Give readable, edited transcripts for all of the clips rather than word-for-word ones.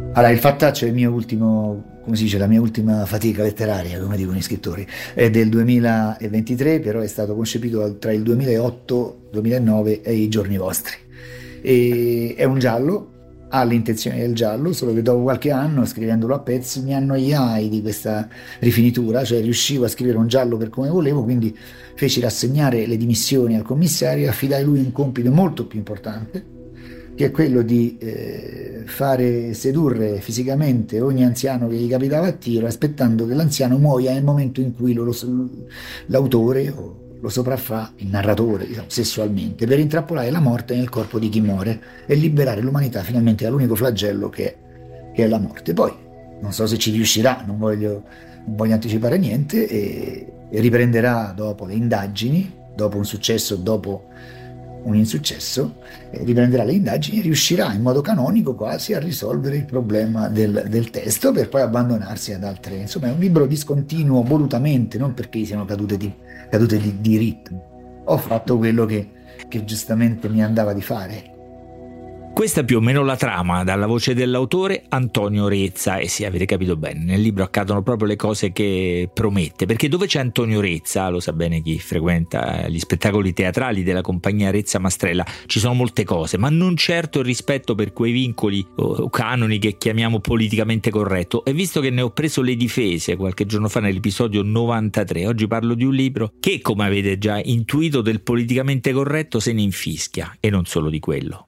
Allora, il fattaccio è il mio ultimo, come si dice, la mia ultima fatica letteraria, come dicono gli scrittori, è del 2023, però è stato concepito tra il 2008, 2009 e i giorni vostri. E è un giallo, ha l'intenzione del giallo, solo che dopo qualche anno, scrivendolo a pezzi, mi annoiai di questa rifinitura, cioè riuscivo a scrivere un giallo per come volevo, quindi feci rassegnare le dimissioni al commissario e affidai a lui un compito molto più importante, che è quello di fare sedurre fisicamente ogni anziano che gli capitava a tiro, aspettando che l'anziano muoia nel momento in cui l'autore lo sopraffa, il narratore, diciamo, sessualmente, per intrappolare la morte nel corpo di chi muore e liberare l'umanità finalmente dall'unico flagello che è la morte. Poi non so se ci riuscirà, non voglio anticipare niente, e riprenderà dopo le indagini, dopo un successo, dopo un insuccesso, riprenderà le indagini e riuscirà in modo canonico quasi a risolvere il problema del testo, per poi abbandonarsi ad altre. Insomma, è un libro discontinuo volutamente, non perché siano cadute di ritmo. Ho fatto quello che giustamente mi andava di fare. Questa è più o meno la trama, dalla voce dell'autore Antonio Rezza, e sì, avete capito bene, nel libro accadono proprio le cose che promette, perché dove c'è Antonio Rezza, lo sa bene chi frequenta gli spettacoli teatrali della compagnia Rezza Mastrella, ci sono molte cose, ma non certo il rispetto per quei vincoli o canoni che chiamiamo politicamente corretto. E visto che ne ho preso le difese qualche giorno fa nell'episodio 93, oggi parlo di un libro che, come avete già intuito, del politicamente corretto se ne infischia, e non solo di quello.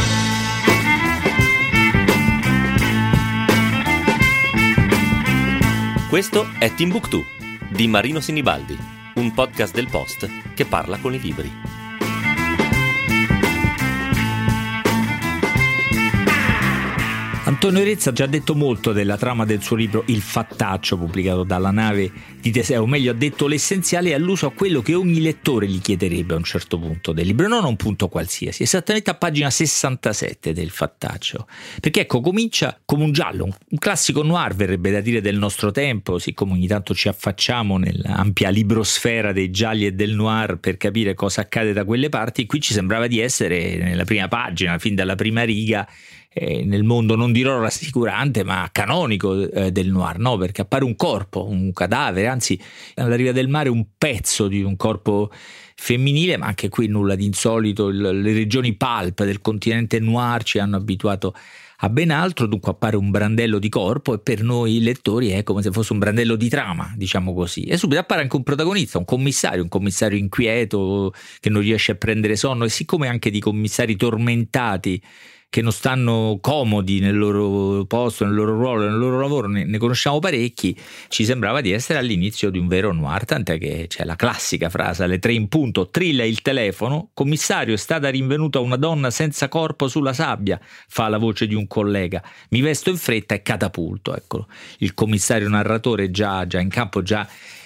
Questo è Timbuktu di Marino Sinibaldi, un podcast del Post che parla con i libri. Antonio Rezza ha già detto molto della trama del suo libro Il Fattaccio, pubblicato dalla Nave di Teseo, o meglio ha detto l'essenziale e alluso a quello che ogni lettore gli chiederebbe a un certo punto del libro, non a un punto qualsiasi, esattamente a pagina 67 del Fattaccio, perché ecco, comincia come un giallo, un classico noir, verrebbe da dire, del nostro tempo, siccome ogni tanto ci affacciamo nell'ampia librosfera dei gialli e del noir per capire cosa accade da quelle parti. Qui ci sembrava di essere nella prima pagina, fin dalla prima riga, nel mondo non dirò rassicurante ma canonico del noir, no? Perché appare un corpo, un cadavere, anzi alla riva del mare un pezzo di un corpo femminile, ma anche qui nulla di insolito. Le regioni pulp del continente noir ci hanno abituato a ben altro, dunque appare un brandello di corpo e per noi lettori è come se fosse un brandello di trama, diciamo così. E subito appare anche un protagonista, un commissario inquieto che non riesce a prendere sonno, e siccome anche di commissari tormentati che non stanno comodi nel loro posto, nel loro ruolo, nel loro lavoro, ne conosciamo parecchi, ci sembrava di essere all'inizio di un vero noir, tant'è che c'è la classica frase alle 3 in punto: trilla il telefono, commissario, è stata rinvenuta una donna senza corpo sulla sabbia, fa la voce di un collega, mi vesto in fretta e catapulto. Eccolo, il commissario narratore già in campo, già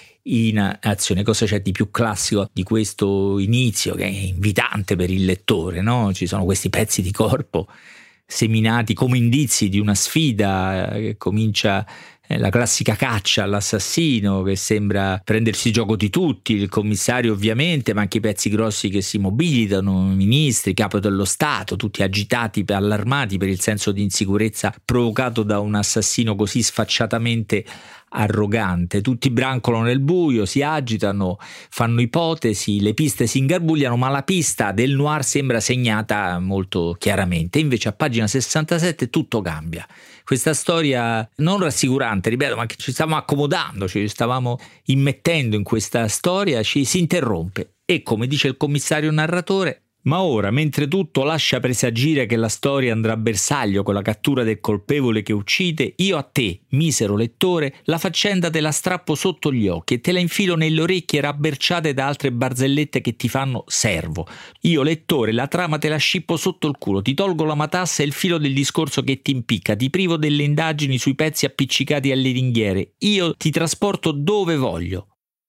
in azione. Cosa c'è di più classico di questo inizio, che è invitante per il lettore, no? Ci sono questi pezzi di corpo seminati come indizi di una sfida che comincia, la classica caccia all'assassino che sembra prendersi gioco di tutti, il commissario ovviamente, ma anche i pezzi grossi che si mobilitano, i ministri, capo dello Stato, tutti agitati, allarmati per il senso di insicurezza provocato da un assassino così sfacciatamente arrogante. Tutti brancolano nel buio, si agitano, fanno ipotesi, le piste si ingarbugliano, ma la pista del noir sembra segnata molto chiaramente. Invece a pagina 67 tutto cambia. Questa storia non rassicurante, ripeto, ma che ci stavamo accomodando, ci stavamo immettendo in questa storia, si interrompe e, come dice il commissario narratore, ma ora, mentre tutto lascia presagire che la storia andrà a bersaglio con la cattura del colpevole che uccide, io a te, misero lettore, la faccenda te la strappo sotto gli occhi e te la infilo nelle orecchie rabberciate da altre barzellette che ti fanno servo. Io, lettore, la trama te la scippo sotto il culo, ti tolgo la matassa e il filo del discorso che ti impicca, ti privo delle indagini sui pezzi appiccicati alle ringhiere. Io ti trasporto dove voglio.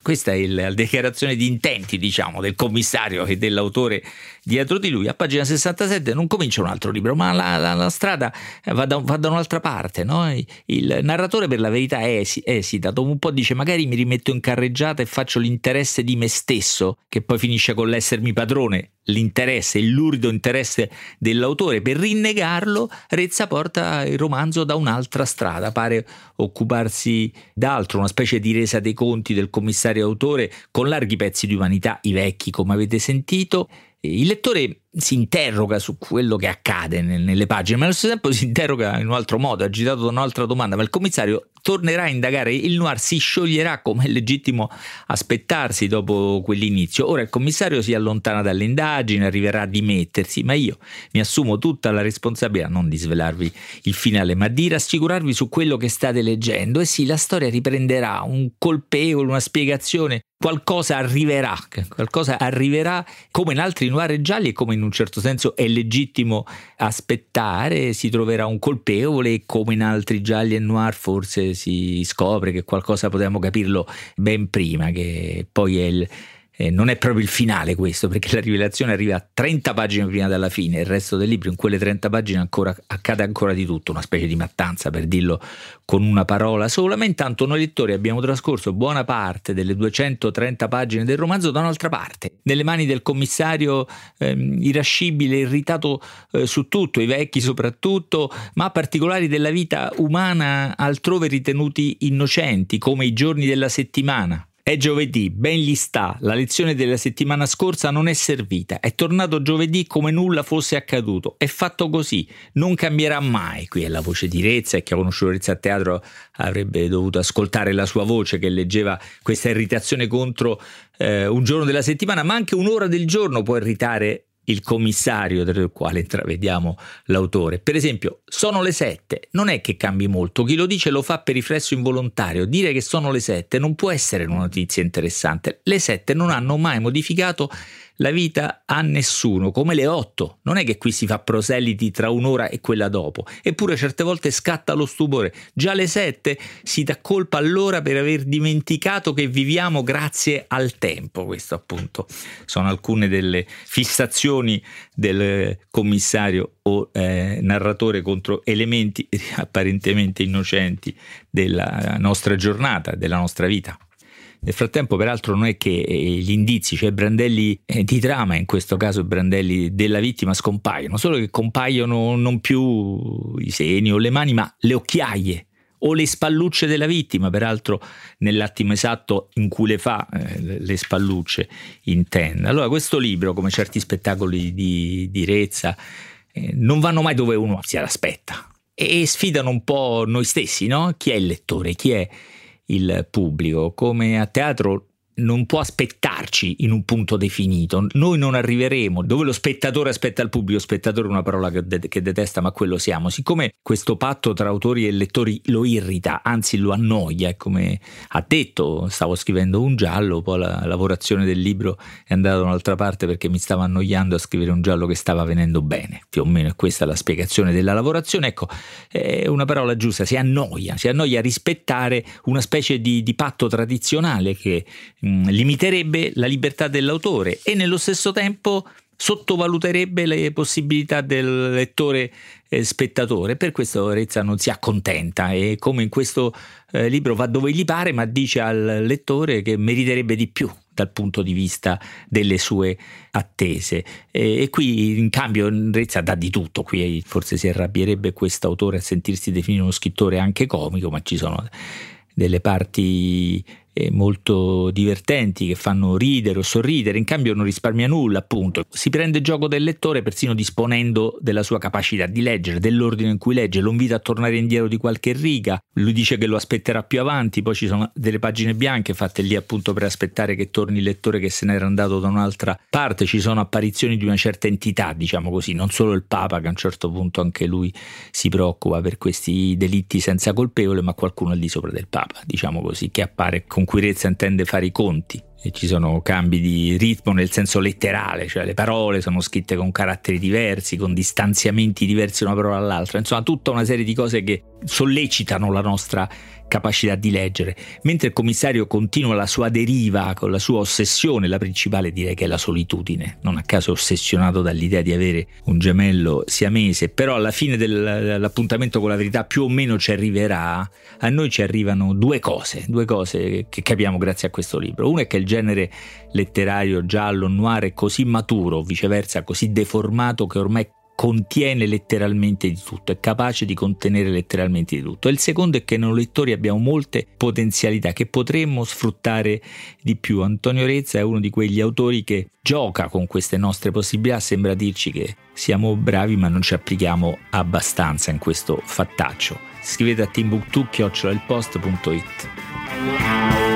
Questa è la dichiarazione di intenti, diciamo, del commissario e dell'autore dietro di lui. A pagina 67 non comincia un altro libro, ma la strada va da un'altra parte, no? Il narratore, per la verità, esita. Dopo un po' dice: magari mi rimetto in carreggiata e faccio l'interesse di me stesso, che poi finisce con l'essermi padrone. L'interesse, il lurido interesse dell'autore. Per rinnegarlo, Rezza porta il romanzo da un'altra strada, pare occuparsi d'altro, una specie di resa dei conti del commissario autore con larghi pezzi di umanità, i vecchi, come avete sentito. Il lettore si interroga su quello che accade nelle pagine, ma allo stesso tempo si interroga in un altro modo, agitato da un'altra domanda. Ma il commissario tornerà a indagare, il noir si scioglierà come è legittimo aspettarsi dopo quell'inizio. Ora il commissario si allontana dalle indagini, arriverà a dimettersi, ma io mi assumo tutta la responsabilità non di svelarvi il finale, ma di rassicurarvi su quello che state leggendo. E sì, la storia riprenderà un colpevole, una spiegazione. Qualcosa arriverà come in altri noir gialli, e come in un certo senso è legittimo aspettare. Si troverà un colpevole e come in altri gialli e noir forse si scopre che qualcosa potevamo capirlo ben prima, che poi non è proprio il finale questo, perché la rivelazione arriva 30 pagine prima della fine. Il resto del libro, in quelle 30 pagine accade ancora di tutto, una specie di mattanza, per dirlo con una parola sola. Ma intanto noi lettori abbiamo trascorso buona parte delle 230 pagine del romanzo da un'altra parte, nelle mani del commissario irascibile, irritato su tutto, i vecchi soprattutto, ma particolari della vita umana altrove ritenuti innocenti, come i giorni della settimana. È giovedì, ben gli sta, la lezione della settimana scorsa non è servita, è tornato giovedì come nulla fosse accaduto, è fatto così, non cambierà mai. Qui è la voce di Rezza, e chi ha conosciuto Rezza a teatro avrebbe dovuto ascoltare la sua voce che leggeva questa irritazione contro un giorno della settimana, ma anche un'ora del giorno può irritare il commissario, del quale intravediamo l'autore. Per esempio, sono le 7, non è che cambi molto, chi lo dice lo fa per riflesso involontario. Dire che sono le 7 non può essere una notizia interessante. Le 7 non hanno mai modificato la vita a nessuno, come le 8. Non è che qui si fa proseliti tra un'ora e quella dopo. Eppure certe volte scatta lo stupore. Già alle 7 si dà colpa all'ora per aver dimenticato che viviamo grazie al tempo. Questo appunto sono alcune delle fissazioni del commissario o narratore contro elementi apparentemente innocenti della nostra giornata, della nostra vita. Nel frattempo, peraltro, non è che gli indizi, cioè brandelli di trama, in questo caso brandelli della vittima, scompaiono, solo che compaiono non più i seni o le mani, ma le occhiaie o le spallucce della vittima, peraltro nell'attimo esatto in cui le fa le spallucce intende. Allora questo libro, come certi spettacoli di Rezza, non vanno mai dove uno si aspetta e sfidano un po' noi stessi, no? Chi è il lettore? Chi è il pubblico? Come a teatro non può aspettarci in un punto definito, noi non arriveremo dove lo spettatore aspetta il pubblico. Spettatore è una parola che detesta, ma quello siamo. Siccome questo patto tra autori e lettori lo irrita, anzi lo annoia, come ha detto, stavo scrivendo un giallo, poi la lavorazione del libro è andata da un'altra parte perché mi stava annoiando a scrivere un giallo che stava venendo bene, più o meno è questa la spiegazione della lavorazione. Ecco, è una parola giusta, si annoia a rispettare una specie di patto tradizionale che limiterebbe la libertà dell'autore e nello stesso tempo sottovaluterebbe le possibilità del lettore spettatore. Per questo Rezza non si accontenta e, come in questo libro, va dove gli pare, ma dice al lettore che meriterebbe di più dal punto di vista delle sue attese. E qui in cambio Rezza dà di tutto. Qui forse si arrabbierebbe quest'autore a sentirsi definire uno scrittore anche comico, ma ci sono delle parti molto divertenti che fanno ridere o sorridere, in cambio non risparmia nulla, appunto. Si prende gioco del lettore persino disponendo della sua capacità di leggere, dell'ordine in cui legge, lo invita a tornare indietro di qualche riga, lui dice che lo aspetterà più avanti, poi ci sono delle pagine bianche fatte lì appunto per aspettare che torni il lettore che se n'era andato da un'altra parte. Ci sono apparizioni di una certa entità, diciamo così, non solo il Papa, che a un certo punto anche lui si preoccupa per questi delitti senza colpevole, ma qualcuno al di sopra del Papa, diciamo così, che appare, con cui Rezza intende fare i conti. e ci sono cambi di ritmo nel senso letterale, cioè le parole sono scritte con caratteri diversi, con distanziamenti diversi da una parola all'altra, insomma tutta una serie di cose che sollecitano la nostra capacità di leggere, mentre il commissario continua la sua deriva con la sua ossessione. La principale direi che è la solitudine, non a caso è ossessionato dall'idea di avere un gemello siamese, però alla fine dell'appuntamento con la verità più o meno ci arriverà. A noi ci arrivano due cose che capiamo grazie a questo libro. Una è che il genere letterario giallo noir è così maturo, viceversa così deformato, che ormai contiene letteralmente di tutto, è capace di contenere letteralmente di tutto. E il secondo è che noi lettori abbiamo molte potenzialità che potremmo sfruttare di più. Antonio Rezza è uno di quegli autori che gioca con queste nostre possibilità, sembra dirci che siamo bravi ma non ci applichiamo abbastanza in questo fattaccio. Scrivete a timbuktu@ilpost.it.